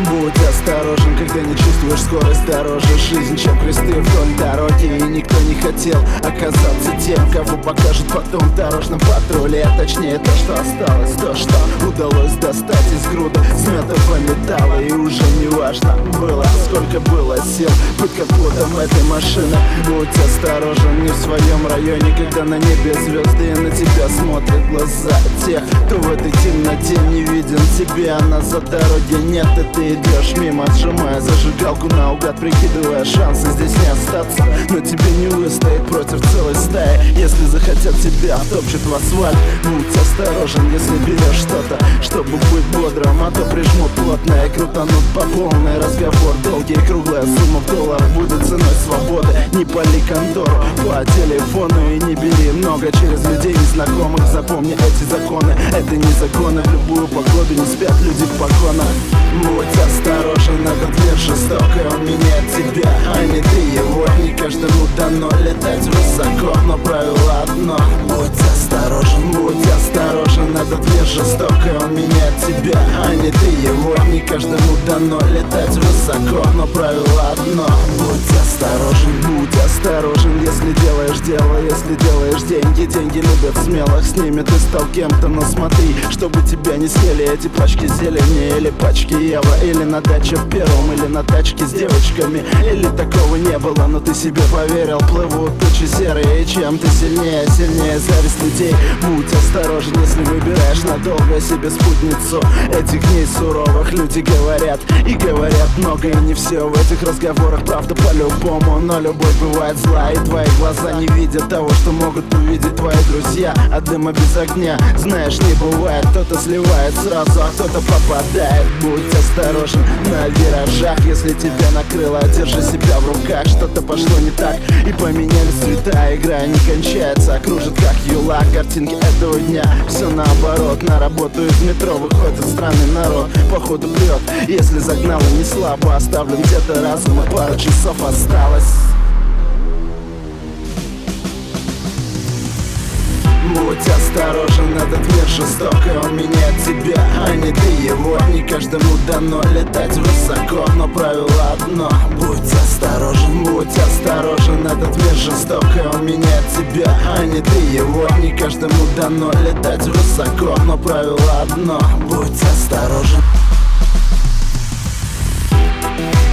Будь осторожен, когда не чувствуешь скорость дороже жизнь, чем кресты вдоль дороги. И никто не хотел оказаться тем, кого покажут потом в дорожном патруле. А точнее то, что осталось, то, что удалось достать из груды смятого металла. И уже не важно было, сколько было сил под капотом этой машины. Будь осторожен, не в своем районе, когда на небе звезды и на тебя смотрят глаза тех, кто в этой темноте не виден тебе. А назад дороги нет, и ты идешь мимо, сжимая зажигалку наугад, прикидывая шансы здесь не остаться. Но тебе не выстоять против целой стаи, если захотят тебя втопчут в асфальт. Будь осторожен, если берешь что-то, чтобы быть бодрым, а то прижмут плотно и крутанут по полной. Разговор долгий, круглая сумма в долларах будет ценой свободы. Не пали контору по телефону и не бери много через людей незнакомых. Запомни эти законы, это не законы. В любую погоду не спят люди в погонах. Будь осторожен, этот мир жесток, и он меняет тебя, а не ты его. Не каждому дано летать высоко, но правило одно: будь осторожен, будь осторожен. Этот мир жесток, и он меняет тебя, а не ты его. Не каждому дано летать высоко, но правило одно: будь осторожен, будь осторожен. Если делаешь дело, если делаешь деньги, деньги любят смелых. С ними ты стал кем-то, но смотри, чтобы тебя не съели эти пачки зелени или пачки Ева, или на даче в первом, или на тачке с девочками. Или такого не было, но ты себе поверил. Плывут тучи серые, и чем ты сильнее, сильнее зависть людей. Будь осторожен, если выбираешь надолго себе спутницу этих дней суровых. Люди говорят и говорят много, и не все в этих разговорах правда по-любому. Но любовь бывает зла, и твои глаза не видят того, что могут увидеть твои друзья. От дыма без огня, знаешь, не бывает. Кто-то сливает сразу, а кто-то попадает. Будь осторожен на виражах, если тебя накрыло, держи себя в руках. Что-то пошло не так, и поменялись цвета. Игра не кончается, кружит как юла. Картинки этого дня, все наоборот. На работу из метро выходит странный народ. Походу прет, если загнало не слабо. Оставлен где-то разум, и пара часов осталось. Будь осторожен, этот мир жесток, и он меняет тебя, а не ты его. Не каждому дано летать высоко, но правило одно: будь осторожен, будь осторожен. Этот мир жесток, и он меняет тебя, а не ты его. Не каждому дано летать высоко, но правило одно: будь осторожен.